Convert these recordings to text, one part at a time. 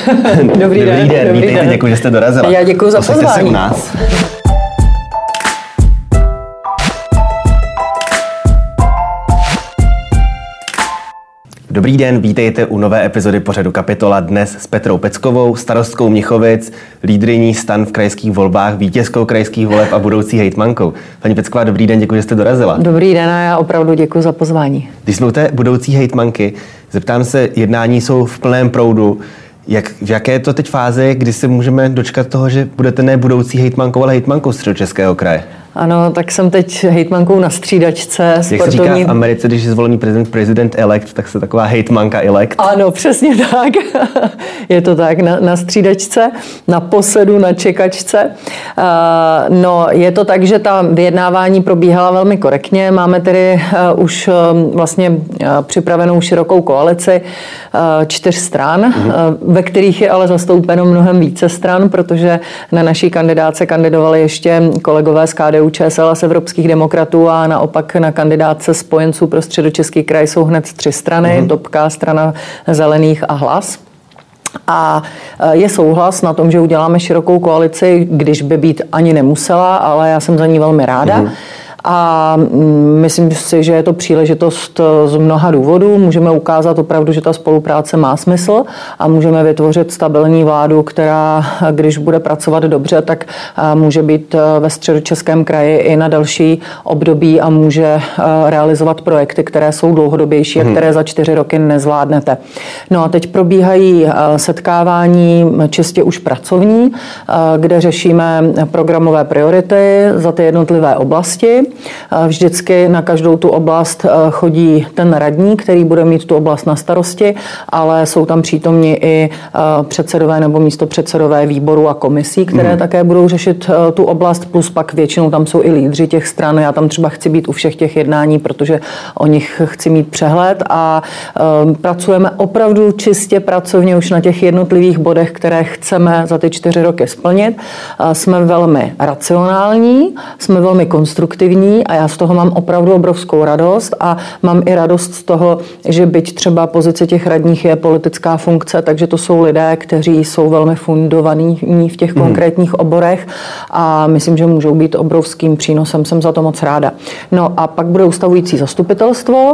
Dobrý den. Vítejte, děkuji, že jste dorazila. Já děkuji za pozvání. Posaďte se u nás. Dobrý den, vítejte u nové epizody pořadu Kapitola, dnes s Petrou Peckovou, starostkou Mnichovic, lídryní STAN v krajských volbách, vítězkou krajských voleb a budoucí hejtmankou. Paní Pecková, dobrý den, děkuji, že jste dorazila. Dobrý den a já opravdu děkuji za pozvání. Když jsme u té budoucí hejtmanky, zeptám se, jednání jsou v plném proudu. V jaké je to teď fázi, kdy se můžeme dočkat toho, že budete ne budoucí hejtmankou, ale hejtmankou Středočeského kraje? Ano, tak jsem teď hejtmankou na střídačce. Jak se říká v Americe, když je zvolený prezident elect, tak se taková hejtmanka elect. Ano, přesně tak. Je to tak, na střídačce, na posedu, na čekačce. No, je to tak, že ta vyjednávání probíhala velmi korektně. Máme tedy už vlastně připravenou širokou koalici 4 stran, ve kterých je ale zastoupeno mnohem více stran, protože na naší kandidáce kandidovali ještě kolegové z KDU-ČSL a z Evropských demokratů a naopak na kandidátce spojenců pro Středočeský kraj jsou hned 3 strany, Topka, Strana zelených a Hlas. A je souhlas na tom, že uděláme širokou koalici, když by být ani nemusela, ale já jsem za ní velmi ráda. A myslím si, že je to příležitost z mnoha důvodů. Můžeme ukázat opravdu, že ta spolupráce má smysl a můžeme vytvořit stabilní vládu, která, když bude pracovat dobře, tak může být ve Středočeském kraji i na další období a může realizovat projekty, které jsou dlouhodobější a které za 4 roky nezvládnete. No a teď probíhají setkávání čistě už pracovní, kde řešíme programové priority za ty jednotlivé oblasti. Vždycky na každou tu oblast chodí ten radní, který bude mít tu oblast na starosti, ale jsou tam přítomni i předsedové nebo místopředsedové výborů a komisí, které také budou řešit tu oblast, plus pak většinou tam jsou i lídři těch stran. Já tam třeba chci být u všech těch jednání, protože o nich chci mít přehled a pracujeme opravdu čistě pracovně už na těch jednotlivých bodech, které chceme za ty 4 roky splnit. Jsme velmi racionální, jsme velmi konstruktivní a já z toho mám opravdu obrovskou radost a mám i radost z toho, že byť třeba pozice těch radních je politická funkce, takže to jsou lidé, kteří jsou velmi fundovaní v těch konkrétních oborech a myslím, že můžou být obrovským přínosem, jsem za to moc ráda. No a pak bude ustavující zastupitelstvo,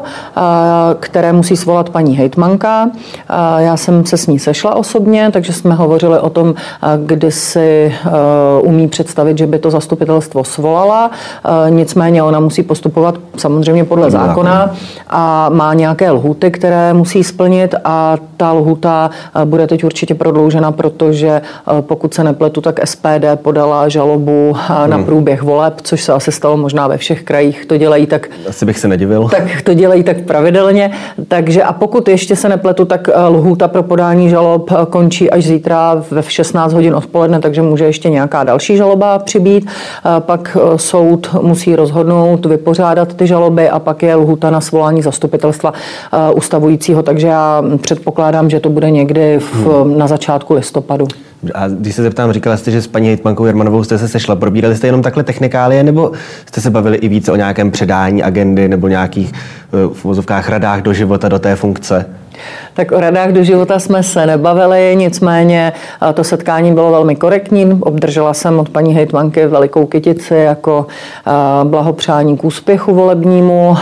které musí svolat paní hejtmanka. Já jsem se s ní sešla osobně, takže jsme hovořili o tom, kdy si umí představit, že by to zastupitelstvo svolala. Nicméně ona musí postupovat samozřejmě podle zákona a má nějaké lhůty, které musí splnit a ta lhůta bude teď určitě prodloužena, protože pokud se nepletu, tak SPD podala žalobu na průběh voleb, což se asi stalo možná ve všech krajích. To dělají tak... Asi bych se nedivil. Tak to dělají tak pravidelně. Takže a pokud ještě se nepletu, tak lhůta pro podání žalob končí až zítra ve 16 hodin odpoledne, takže může ještě nějaká další žaloba přibýt. Pak soud musí rozhodnout, vypořádat ty žaloby a pak je lhůta na svolání zastupitelstva ustavujícího, takže já předpokládám, že to bude někdy na začátku listopadu. A když se zeptám, říkala jste, že s paní hejtmankou Jermanovou jste se sešla, probírali jste jenom takhle technikálie, nebo jste se bavili i více o nějakém předání agendy nebo nějakých v uvozovkách radách do života do té funkce? Tak o radách do života jsme se nebavili, nicméně to setkání bylo velmi korektní. Obdržela jsem od paní hejtmanky velikou kytici jako blahopřání k úspěchu volebnímu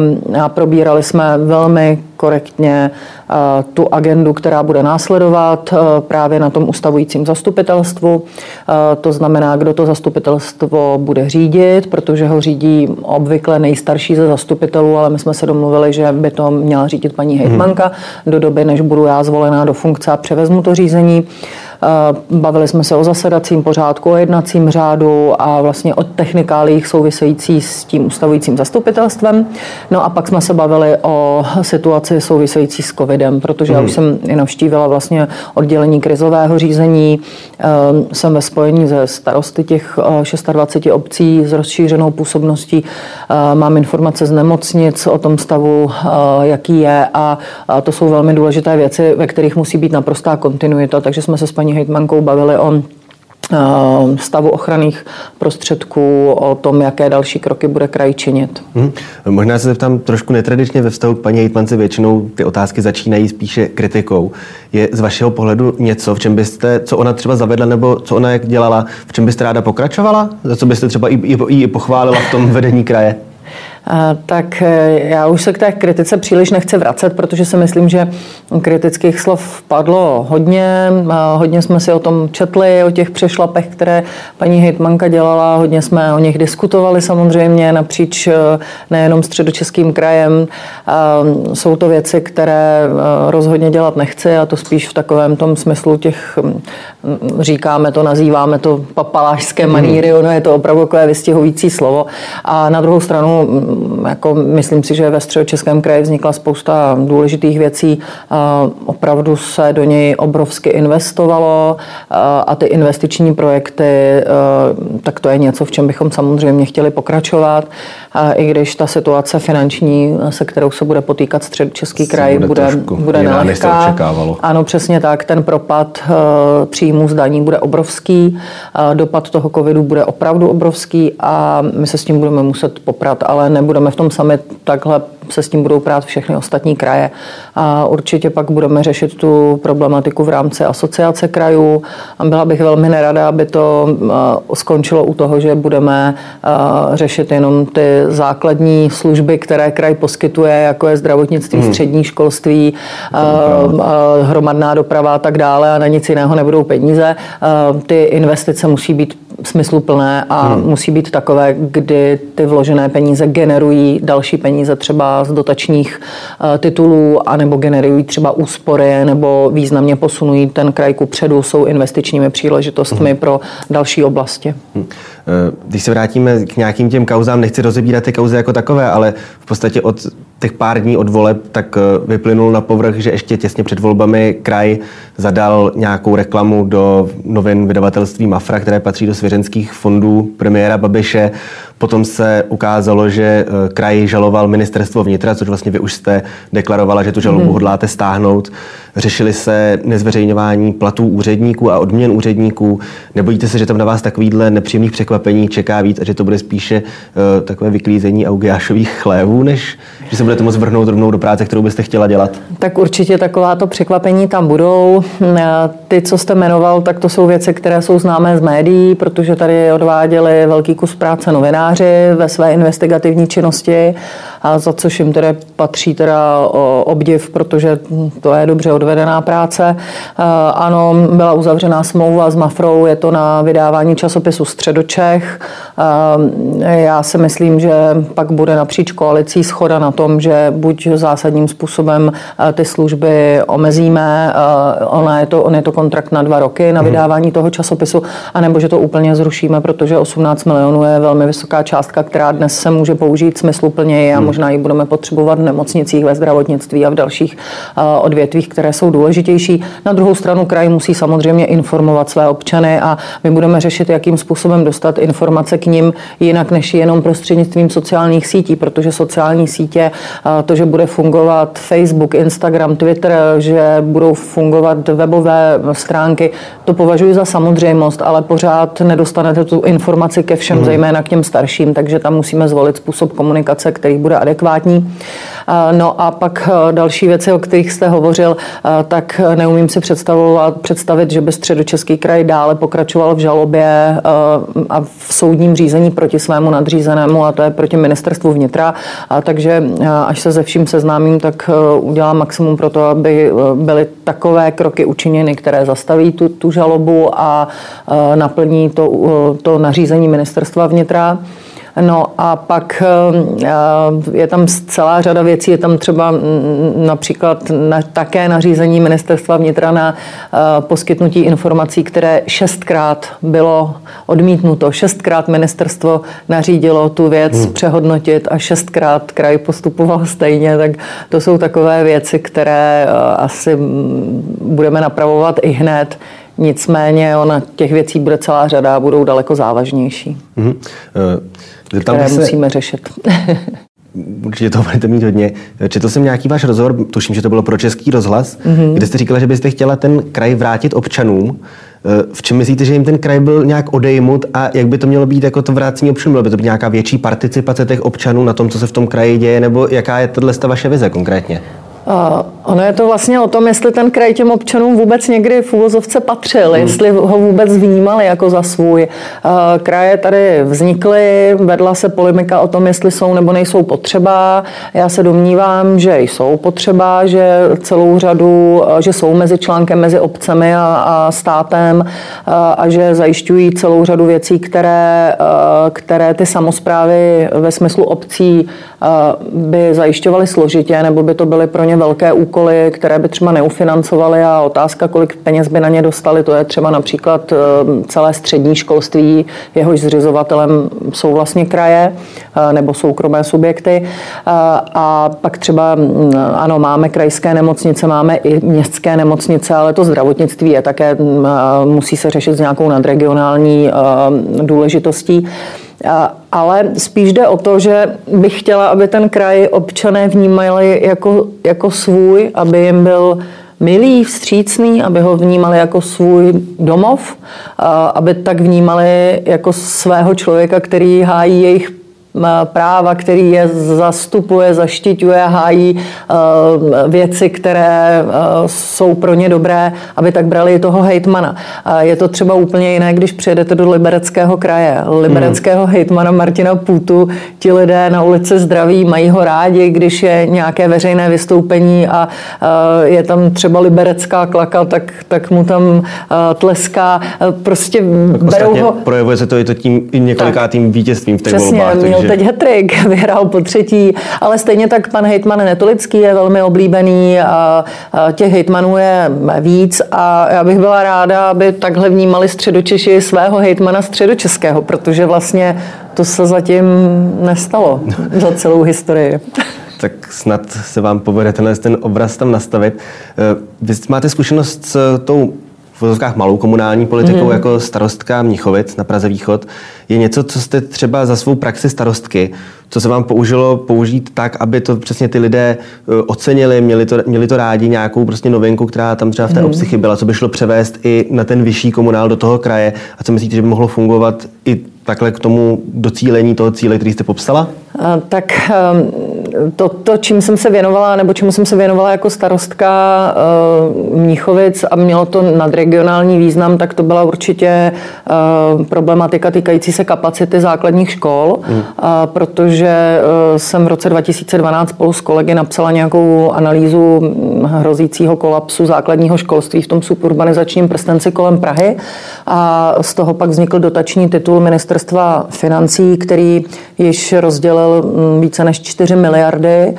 a probírali jsme velmi korektně tu agendu, která bude následovat právě na tom ustavujícím zastupitelstvu. To znamená, kdo to zastupitelstvo bude řídit, protože ho řídí obvykle nejstarší ze zastupitelů, ale my jsme se domluvili, že by to měla řídit paní hejtmanka do doby, než budu já zvolená do funkce a převezmu to řízení. Bavili jsme se o zasedacím pořádku, o jednacím řádu a vlastně o technikálích související s tím ustavujícím zastupitelstvem. No a pak jsme se bavili o situaci související s covidem, protože já už jsem navštívila vlastně oddělení krizového řízení. Jsem ve spojení se starosty těch 26 obcí s rozšířenou působností. Mám informace z nemocnic o tom stavu, jaký je a to jsou velmi důležité věci, ve kterých musí být naprostá kontinuita, takže jsme se s paní hejtmankou bavili o stavu ochranných prostředků, o tom, jaké další kroky bude kraj činit. Možná se zeptám trošku netradičně ve vztahu k paní hejtmance, většinou ty otázky začínají spíše kritikou. Je z vašeho pohledu něco, v čem byste, co ona třeba zavedla, nebo co ona jak dělala, v čem byste ráda pokračovala? Za co byste třeba i pochválila v tom vedení kraje? Tak já už se k té kritice příliš nechci vracet, protože si myslím, že kritických slov padlo hodně. Hodně jsme si o tom četli, o těch přešlapech, které paní hejtmanka dělala. Hodně jsme o nich diskutovali samozřejmě napříč nejenom Středočeským krajem. Jsou to věci, které rozhodně dělat nechci, a to spíš v takovém tom smyslu těch, říkáme to, nazýváme to papalášské maníry, ono je to opravdu takové vystihující slovo. A na druhou stranu jako myslím si, že ve Středočeském kraji vznikla spousta důležitých věcí. Opravdu se do něj obrovsky investovalo a ty investiční projekty, tak to je něco, v čem bychom samozřejmě chtěli pokračovat. I když ta situace finanční, se kterou se bude potýkat Středočeský kraj, bude nelehká. Ano, přesně tak. Ten propad příjmů z daní bude obrovský. Dopad toho covidu bude opravdu obrovský a my se s tím budeme muset poprat, ale nebudeme v tom sami, takhle se s tím budou prát všechny ostatní kraje. A určitě pak budeme řešit tu problematiku v rámci asociace krajů. A byla bych velmi nerada, aby to skončilo u toho, že budeme řešit jenom ty základní služby, které kraj poskytuje, jako je zdravotnictví, střední školství, hromadná doprava a tak dále, a na nic jiného nebudou peníze. Ty investice musí být smysluplné a musí být takové, kdy ty vložené peníze generují další peníze třeba z dotačních titulů, anebo generují třeba úspory, nebo významně posunují ten kraj kupředu, jsou investičními příležitostmi pro další oblasti. Když se vrátíme k nějakým těm kauzám, nechci rozebírat ty kauzy jako takové, ale v podstatě od těch pár dní od voleb tak vyplynul na povrch, že ještě těsně před volbami kraj zadal nějakou reklamu do novin vydavatelství Mafra, které patří do svěřenských fondů premiéra Babiše. Potom se ukázalo, že kraj žaloval ministerstvo vnitra, což vlastně vy už jste deklarovala, že tu žalobu hodláte stáhnout. Řešili se nezveřejňování platů úředníků a odměn úředníků. Nebojíte se, že tam na vás takovýhle nepříjemných překvapení čeká víc a že to bude spíše takové vyklízení augiášových chlévů, než že se budete moct vrhnout rovnou do práce, kterou byste chtěla dělat? Tak určitě takováto překvapení tam budou. Ty, co jste jmenoval, tak to jsou věci, které jsou známé z médií, protože tady odváděli velký kus práce novináři ve své investigativní činnosti, a za což jim tedy patří teda obdiv, protože to je dobře odvedená práce. Ano, byla uzavřená smlouva s Mafrou, je to na vydávání časopisu Středočech. Já si myslím, že pak bude napříč koalicí shoda na tom, že buď zásadním způsobem ty služby omezíme, on je to kontrakt na 2 roky na vydávání toho časopisu, anebo že to úplně zrušíme, protože 18 milionů je velmi vysoká částka, která dnes se může použít smysluplněji a možná ji budeme potřebovat v nemocnicích, ve zdravotnictví a v dalších odvětvích, které jsou důležitější. Na druhou stranu kraj musí samozřejmě informovat své občany a my budeme řešit, jakým způsobem dostat informace k nim jinak než jenom prostřednictvím sociálních sítí, protože sociální sítě, to, že bude fungovat Facebook, Instagram, Twitter, že budou fungovat webové stránky, to považuji za samozřejmost, ale pořád nedostanete tu informaci ke všem, zejména k těm starším, takže tam musíme zvolit způsob komunikace, který bude adekvátní. No a pak další věci, o kterých jste hovořil, tak neumím si představit, že by Středočeský kraj dále pokračoval v žalobě a v soudním řízení proti svému nadřízenému, a to je proti ministerstvu vnitra. Takže až se se vším seznámím, tak udělám maximum pro to, aby byly takové kroky učiněny, které zastaví tu žalobu a naplní to nařízení ministerstva vnitra. No a pak je tam celá řada věcí, je tam třeba například také nařízení ministerstva vnitra na poskytnutí informací, které 6krát bylo odmítnuto. 6krát ministerstvo nařídilo tu věc přehodnotit a 6krát kraj postupoval stejně, tak to jsou takové věci, které asi budeme napravovat i hned. Nicméně těch věcí bude celá řada a budou daleko závažnější. Které musíme řešit. Určitě toho budete mít hodně. Četl jsem nějaký váš rozhovor, tuším, že to bylo pro Český rozhlas, kde jste říkala, že byste chtěla ten kraj vrátit občanům. V čem myslíte, že jim ten kraj byl nějak odejmut a jak by to mělo být jako to vrácení občanů? Bylo by to být nějaká větší participace těch občanů na tom, co se v tom kraji děje, nebo jaká je tohle vaše vize konkrétně? Ono je to vlastně o tom, jestli ten kraj těm občanům vůbec někdy v uvozovce patřil, jestli ho vůbec vnímali jako za svůj. Kraje tady vznikly, vedla se polemika o tom, jestli jsou nebo nejsou potřeba. Já se domnívám, že jsou potřeba, že celou řadu, že jsou mezi článkem mezi obcemi a státem a že zajišťují celou řadu věcí, které ty samosprávy ve smyslu obcí by zajišťovaly složitě, nebo by to byly pro ně velké úkoly, které by třeba neufinancovaly a otázka, kolik peněz by na ně dostali, to je třeba například celé střední školství, jehož zřizovatelem jsou vlastně kraje nebo soukromé subjekty. A pak třeba, ano, máme krajské nemocnice, máme i městské nemocnice, ale to zdravotnictví je také, musí se řešit s nějakou nadregionální důležitostí. Ale spíš jde o to, že bych chtěla, aby ten kraj občané vnímali jako svůj, aby jim byl milý, vstřícný, aby ho vnímali jako svůj domov, aby tak vnímali jako svého člověka, který hájí jejich práva, který je zastupuje, zaštiťuje, hájí věci, které jsou pro ně dobré, aby tak brali toho hejtmana. Je to třeba úplně jiné, když přijedete do Libereckého kraje. Libereckého hejtmana Martina Půtu ti lidé na ulici zdraví, mají ho rádi, když je nějaké veřejné vystoupení a je tam třeba liberecká klaka, tak mu tam tleská. Prostě berou ho... Projevuje se to i tím několikátým vítězstvím v těch volbách. Měl teď hat-trick, vyhrál po třetí, ale stejně tak pan hejtman Netolický je velmi oblíbený a těch hejtmanů je víc a já bych byla ráda, aby takhle vnímali Středočeši svého hejtmana středočeského, protože vlastně to se zatím nestalo za celou historii. Tak snad se vám povede ten obraz tam nastavit. Vy máte zkušenost s tou v vozovkách malou komunální politikou jako starostka Mnichovic na Praze Východ. Je něco, co jste třeba za svou praxi starostky, co se vám použít tak, aby to přesně ty lidé ocenili, měli to rádi, nějakou prostě novinku, která tam třeba v té obci chyběla, co by šlo převést i na ten vyšší komunál do toho kraje a co myslíte, že by mohlo fungovat i takhle k tomu docílení toho cíle, který jste popsala? Tak to, čím jsem se věnovala, nebo čemu jsem se věnovala jako starostka Mnichovic a mělo to nadregionální význam, tak to byla určitě problematika týkající se kapacity základních škol, protože jsem v roce 2012 spolu s kolegy napsala nějakou analýzu hrozícího kolapsu základního školství v tom suburbanizačním prstenci kolem Prahy a z toho pak vznikl dotační titul Ministerstva financí, který již rozdělil více než 4 miliardy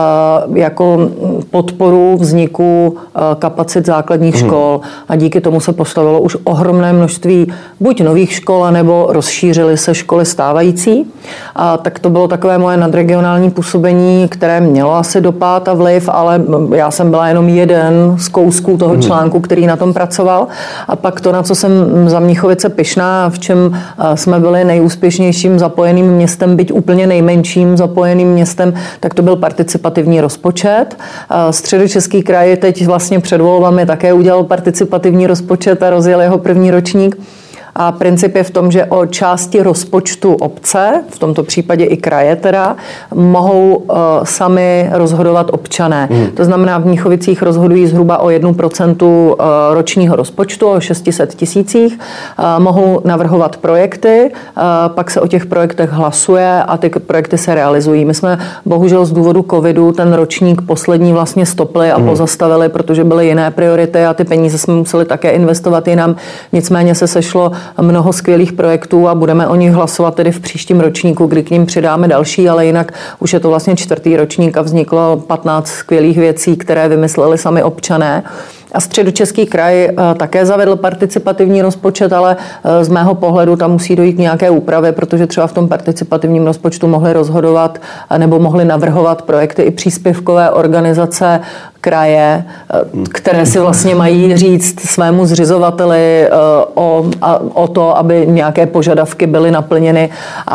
jako podporu vzniku kapacit základních škol a díky tomu se postavilo už ohromné množství buď nových škol, nebo rozšířily se školy stávající. A tak to bylo takové moje nadregionální působení, které mělo asi dopad a vliv, ale já jsem byla jenom jeden z kousků toho článku, který na tom pracoval. A pak to, na co jsem za Mnichovice pyšná, v čem jsme byli nejúspěšnějším zapojeným městem, byť úplně nejmenším zapojeným městem, tak to byl participativní rozpočet. Středočeský kraj teď vlastně před volbami také udělal participativní rozpočet a rozjel jeho první ročník. A princip je v tom, že o části rozpočtu obce, v tomto případě i kraje teda, mohou sami rozhodovat občané. To znamená, v Mnichovicích rozhodují zhruba o 1% ročního rozpočtu, o 600 tisících. Mohou navrhovat projekty, pak se o těch projektech hlasuje a ty projekty se realizují. My jsme bohužel z důvodu covidu ten ročník poslední vlastně stopli a pozastavili, protože byly jiné priority a ty peníze jsme museli také investovat jinam. Nicméně se sešlo mnoho skvělých projektů a budeme o nich hlasovat tedy v příštím ročníku, kdy k ním přidáme další, ale jinak už je to vlastně 4. ročník a vzniklo 15 skvělých věcí, které vymysleli sami občané. A Středočeský kraj také zavedl participativní rozpočet, ale z mého pohledu tam musí dojít k nějaké úpravě, protože třeba v tom participativním rozpočtu mohli rozhodovat nebo mohli navrhovat projekty i příspěvkové organizace kraje, které si vlastně mají říct svému zřizovateli o to, aby nějaké požadavky byly naplněny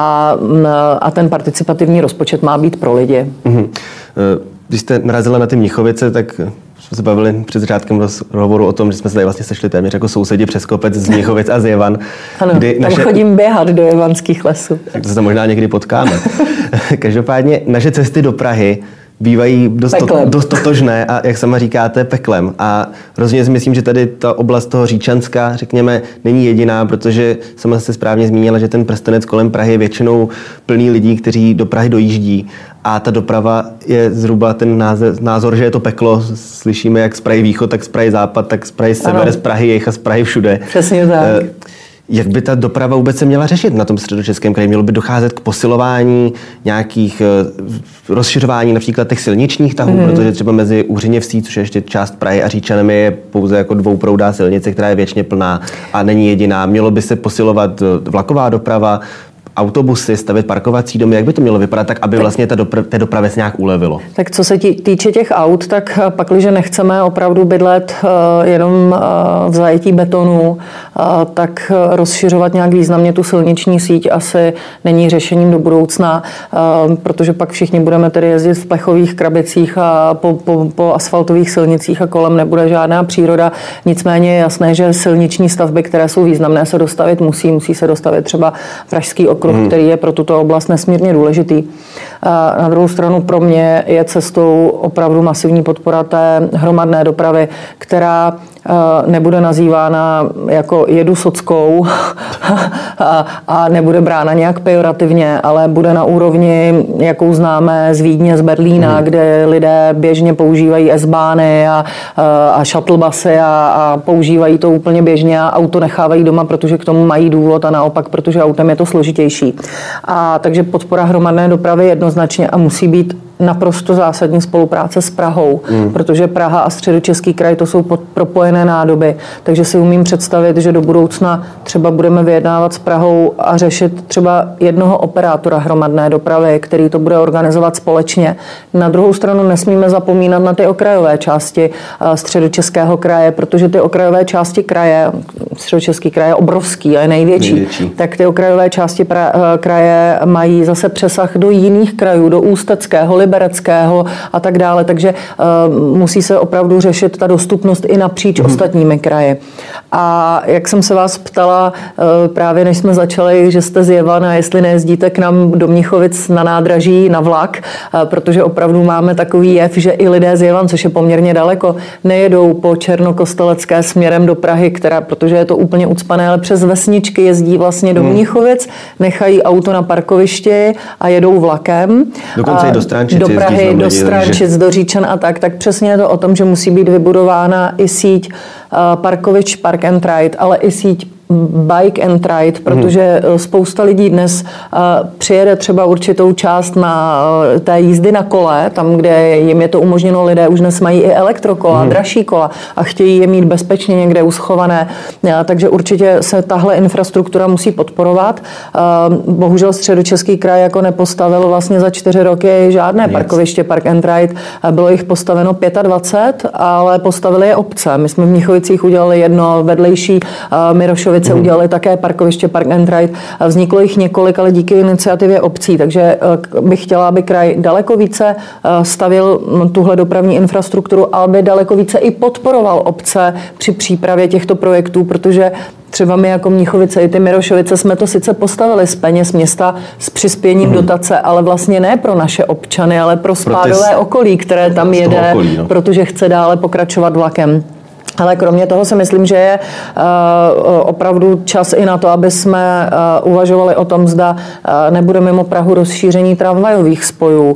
a ten participativní rozpočet má být pro lidi. Když jste narazila na ty Mnichovice, tak jsme se bavili před začátkem rozhovoru o tom, že jsme se tady vlastně sešli téměř jako sousedi přes kopec z Mnichovic a z Jevan. Ano, tam chodím běhat do jevanských lesů. Tak to se možná někdy potkáme. Každopádně naše cesty do Prahy bývají dost totožné a, jak sama říkáte, peklem. A rozhodně si myslím, že tady ta oblast toho Říčanska, řekněme, není jediná, protože sama se správně zmínila, že ten prstenec kolem Prahy je většinou plný lidí, kteří do Prahy dojíždí. A ta doprava je zhruba ten názor, že je to peklo. Slyšíme jak z Prahy východ, tak z Prahy západ, tak z Prahy sever, z Prahy jih a z Prahy všude. Přesně tak. Jak by ta doprava vůbec se měla řešit na tom Středočeském kraji? Mělo by docházet k posilování nějakých rozšiřování například těch silničních tahů, protože třeba mezi Uřiněvsí, což je ještě část Prahy, a Říčanem je pouze jako dvouproudá silnice, která je věčně plná a není jediná. Mělo by se posilovat vlaková doprava, autobusy, stavět parkovací domy, jak by to mělo vypadat, tak aby vlastně té dopravě se nějak ulevilo? Tak co se týče těch aut, tak pakliže nechceme opravdu bydlet jenom v zajetí betonu, tak rozšiřovat nějak významně tu silniční síť asi není řešením do budoucna, protože pak všichni budeme tedy jezdit v plechových krabicích a po asfaltových silnicích a kolem nebude žádná příroda. Nicméně je jasné, že silniční stavby, které jsou významné, se dostavit musí se dostavit třeba Pražský okruh, který je pro tuto oblast nesmírně důležitý. Na druhou stranu pro mě je cestou opravdu masivní podpora té hromadné dopravy, která nebude nazývána jako jedu sockou a nebude brána nějak pejorativně, ale bude na úrovni, jakou známe z Vídně, z Berlína, kde lidé běžně používají S-bány a shuttlebusy a používají to úplně běžně a auto nechávají doma, protože k tomu mají důvod a naopak, protože autem je to složitější. A takže podpora hromadné dopravy jednoznačně a musí být naprosto zásadní spolupráce s Prahou, protože Praha a Středočeský kraj to jsou propojené nádoby, takže si umím představit, že do budoucna třeba budeme vyjednávat s Prahou a řešit třeba jednoho operátora hromadné dopravy, který to bude organizovat společně. Na druhou stranu nesmíme zapomínat na ty okrajové části Středočeského kraje, protože ty okrajové části kraje, Středočeský kraj je obrovský a je největší. Tak ty okrajové části kraje mají zase přesah do jiných krajů, do Ústeckého, Libereckého a tak dále, takže musí se opravdu řešit ta dostupnost i napříč ostatními kraji. A jak jsem se vás ptala právě než jsme začali, že jste z Jevan a jestli nejezdíte k nám do Mnichovic na nádraží, na vlak, protože opravdu máme takový jev, že i lidé z Jevan, což je poměrně daleko, nejedou po Černokostelecké směrem do Prahy, protože je to úplně ucpané, ale přes vesničky jezdí vlastně do Mnichovic, nechají auto na parkovišti a jedou vlakem. Dokonce i do Strančic, do Prahy, do Strančic, do Říčan a tak přesně je to o tom, že musí být vybudována i síť parkovišť Park and Ride, ale i síť Bike and Ride, protože spousta lidí dnes přijede třeba určitou část na té jízdy na kole, tam, kde jim je to umožněno, lidé už dnes mají i elektrokola, dražší kola a chtějí je mít bezpečně někde uschované, takže určitě se tahle infrastruktura musí podporovat. Bohužel Středočeský kraj jako nepostavil vlastně za 4 roky žádné parkoviště Park and Ride, bylo jich postaveno 25, ale postavili je obce. My jsme v Mnichovicích udělali jedno, vedlejší Mirošovice udělali také parkoviště Park and Ride. Vzniklo jich několik, ale díky iniciativě obcí, takže bych chtěla, aby kraj daleko více stavil tuhle dopravní infrastrukturu, aby daleko více i podporoval obce při přípravě těchto projektů, protože třeba my jako Mnichovice i ty Mirošovice jsme to sice postavili z peněz města s přispěním dotace, ale vlastně ne pro naše občany, ale pro spádové okolí, které tam jede, protože chce dále pokračovat vlakem. Ale kromě toho si myslím, že je opravdu čas i na to, aby jsme uvažovali o tom, zda nebude mimo Prahu rozšíření tramvajových spojů,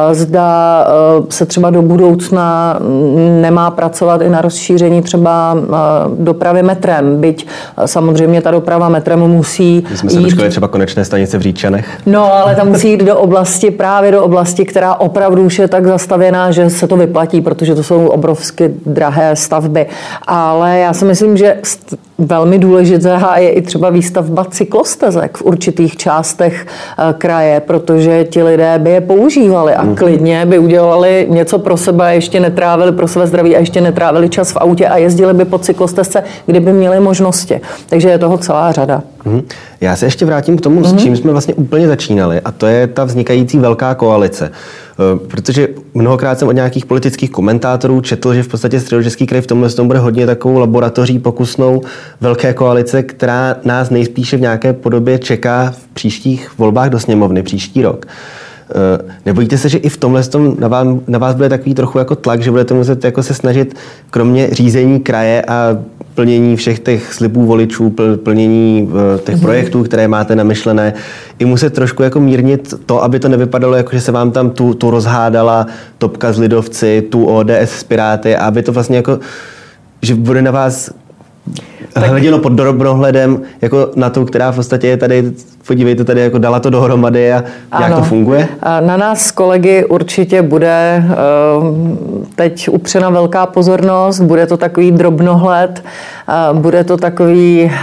zda se třeba do budoucna nemá pracovat i na rozšíření třeba dopravy metrem, byť samozřejmě ta doprava metrem musí My jsme se dočkali třeba konečné stanice v Říčanech. No, ale tam musí jít do oblasti, právě do oblasti, která opravdu už je tak zastavěná, že se to vyplatí, protože to jsou obrovsky drahé stavby. Ale já si myslím, že velmi důležitá je i třeba výstavba cyklostezek v určitých částech kraje, protože ti lidé by je používali a klidně by udělali něco pro sebe, ještě netrávili pro své zdraví a ještě netrávili čas v autě a jezdili by po cyklostezce, kdyby měli možnosti. Takže je toho celá řada. Já se ještě vrátím k tomu, s čím jsme vlastně úplně začínali, a to je ta vznikající velká koalice. Protože mnohokrát jsem od nějakých politických komentátorů četl, že v podstatě Středočeský kraj v tomhle bude hodně takovou laboratoří pokusnou velké koalice, která nás nejspíše v nějaké podobě čeká v příštích volbách do sněmovny příští rok. Nebojíte se, že i v tomhle na vás bude takový trochu jako tlak, že budete muset jako se snažit kromě řízení kraje a plnění všech těch slibů voličů, plnění těch projektů, které máte namyšlené, i muset trošku jako mírnit to, aby to nevypadalo jako, že se vám tam tu rozhádala topka s lidovci, tu ODS s Piráty, a aby to vlastně jako, že bude na vás hleděno pod drobnohledem jako na tu, která v podstatě je tady, podívejte, tady jako dala to dohromady a jak to funguje? Na nás kolegy určitě bude teď upřena velká pozornost, bude to takový drobnohled, bude to takový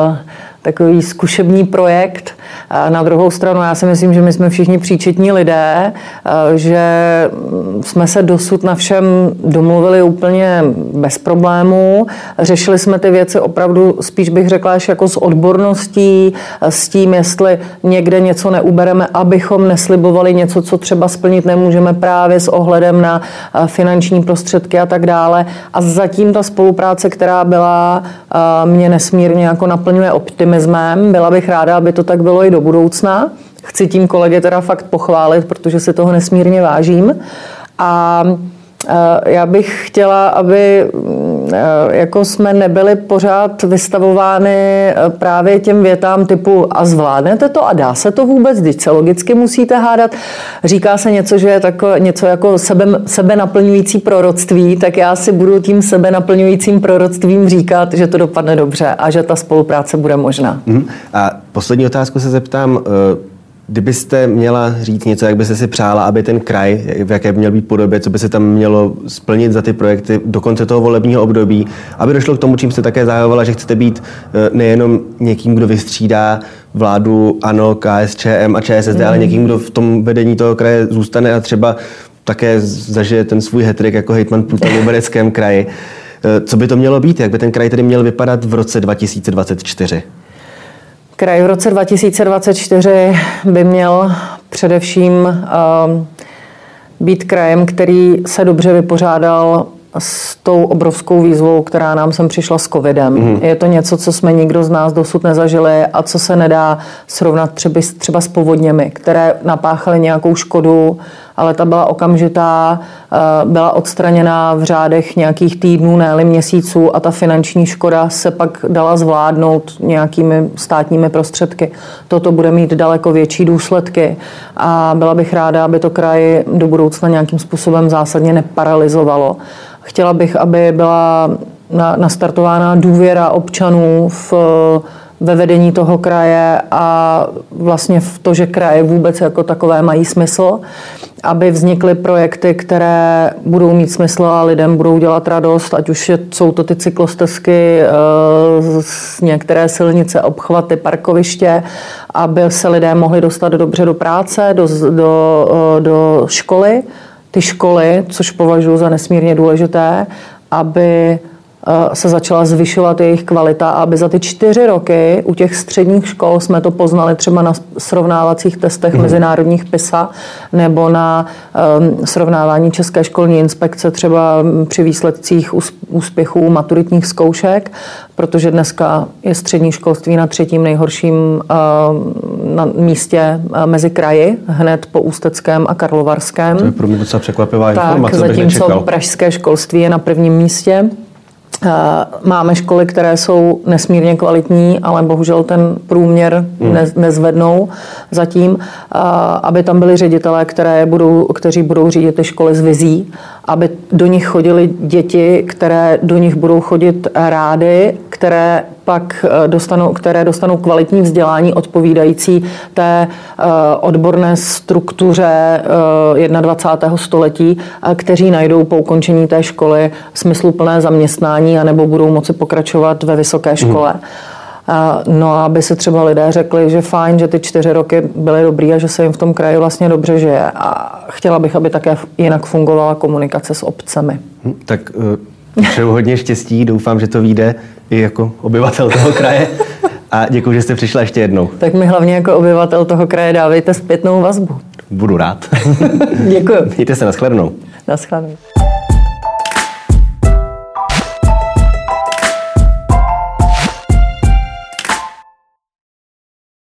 zkušební projekt. Na druhou stranu já si myslím, že my jsme všichni příčetní lidé, že jsme se dosud na všem domluvili úplně bez problémů. Řešili jsme ty věci opravdu, spíš bych řekla, až jako s odborností, s tím, jestli někde něco neubereme, abychom neslibovali něco, co třeba splnit nemůžeme právě s ohledem na finanční prostředky a tak dále. A zatím ta spolupráce, která byla, mě nesmírně jako naplňuje optimismem. Byla bych ráda, aby to tak bylo i do budoucna. Chci tím kolegy teda fakt pochválit, protože si toho nesmírně vážím. A já bych chtěla, aby jako jsme nebyli pořád vystavovány právě těm větám typu a zvládnete to a dá se to vůbec, když se logicky musíte hádat. Říká se něco, že je něco jako sebe naplňující proroctví, tak já si budu tím sebe naplňujícím proroctvím říkat, že to dopadne dobře a že ta spolupráce bude možná. A poslední otázku se zeptám. Kdybyste měla říct něco, jak byste si přála, aby ten kraj, v jaké by měl být podobě, co by se tam mělo splnit za ty projekty do konce toho volebního období, aby došlo k tomu, čím jste také zahajovala, že chcete být nejenom někým, kdo vystřídá vládu ANO, KSČM a ČSSD, ale někým, kdo v tom vedení toho kraje zůstane a třeba také zažije ten svůj hat-trick jako hejtman Půta v Libereckém kraji. Co by to mělo být? Jak by ten kraj tedy měl vypadat v roce 2024? Kraj v roce 2024 by měl především být krajem, který se dobře vypořádal s tou obrovskou výzvou, která nám sem přišla s covidem. Je to něco, co jsme nikdo z nás dosud nezažili a co se nedá srovnat třeba s povodněmi, které napáchaly nějakou škodu, ale ta byla okamžitá, byla odstraněná v řádech nějakých týdnů, ne-li měsíců a ta finanční škoda se pak dala zvládnout nějakými státními prostředky. Toto bude mít daleko větší důsledky a byla bych ráda, aby to kraj do budoucna nějakým způsobem zásadně neparalyzovalo. Chtěla bych, aby byla nastartována důvěra občanů ve vedení toho kraje a vlastně v to, že kraje vůbec jako takové mají smysl, aby vznikly projekty, které budou mít smysl a lidem budou dělat radost, ať už jsou to ty cyklostezky, některé silnice, obchvaty, parkoviště, aby se lidé mohli dostat dobře do práce, do školy. Ty školy, což považuji za nesmírně důležité, aby se začala zvyšovat jejich kvalita a aby za ty 4 roky u těch středních škol jsme to poznali třeba na srovnávacích testech mezinárodních PISA nebo na srovnávání České školní inspekce třeba při výsledcích úspěchů maturitních zkoušek, protože dneska je střední školství na 3. nejhorším na místě mezi kraji, hned po Ústeckém a Karlovarském. To je pro mě docela překvapivá informace. Tak, zatímco pražské školství je na 1. místě. Máme školy, které jsou nesmírně kvalitní, ale bohužel ten průměr nezvednou zatím, aby tam byli ředitelé, kteří budou řídit ty školy s vizí, aby do nich chodili děti, které do nich budou chodit rády, které dostanou kvalitní vzdělání odpovídající té odborné struktuře 21. století, kteří najdou po ukončení té školy smysluplné zaměstnání anebo budou moci pokračovat ve vysoké škole. No a aby se třeba lidé řekli, že fajn, že ty 4 roky byly dobrý a že se jim v tom kraji vlastně dobře žije. A chtěla bych, aby také jinak fungovala komunikace s obcemi. Tak přeju hodně štěstí, doufám, že to vyjde i jako obyvatel toho kraje. A děkuji, že jste přišla ještě jednou. Tak mi hlavně jako obyvatel toho kraje dávejte zpětnou vazbu. Budu rád. Děkuji. Mějte se, nashledanou. Naschledanou.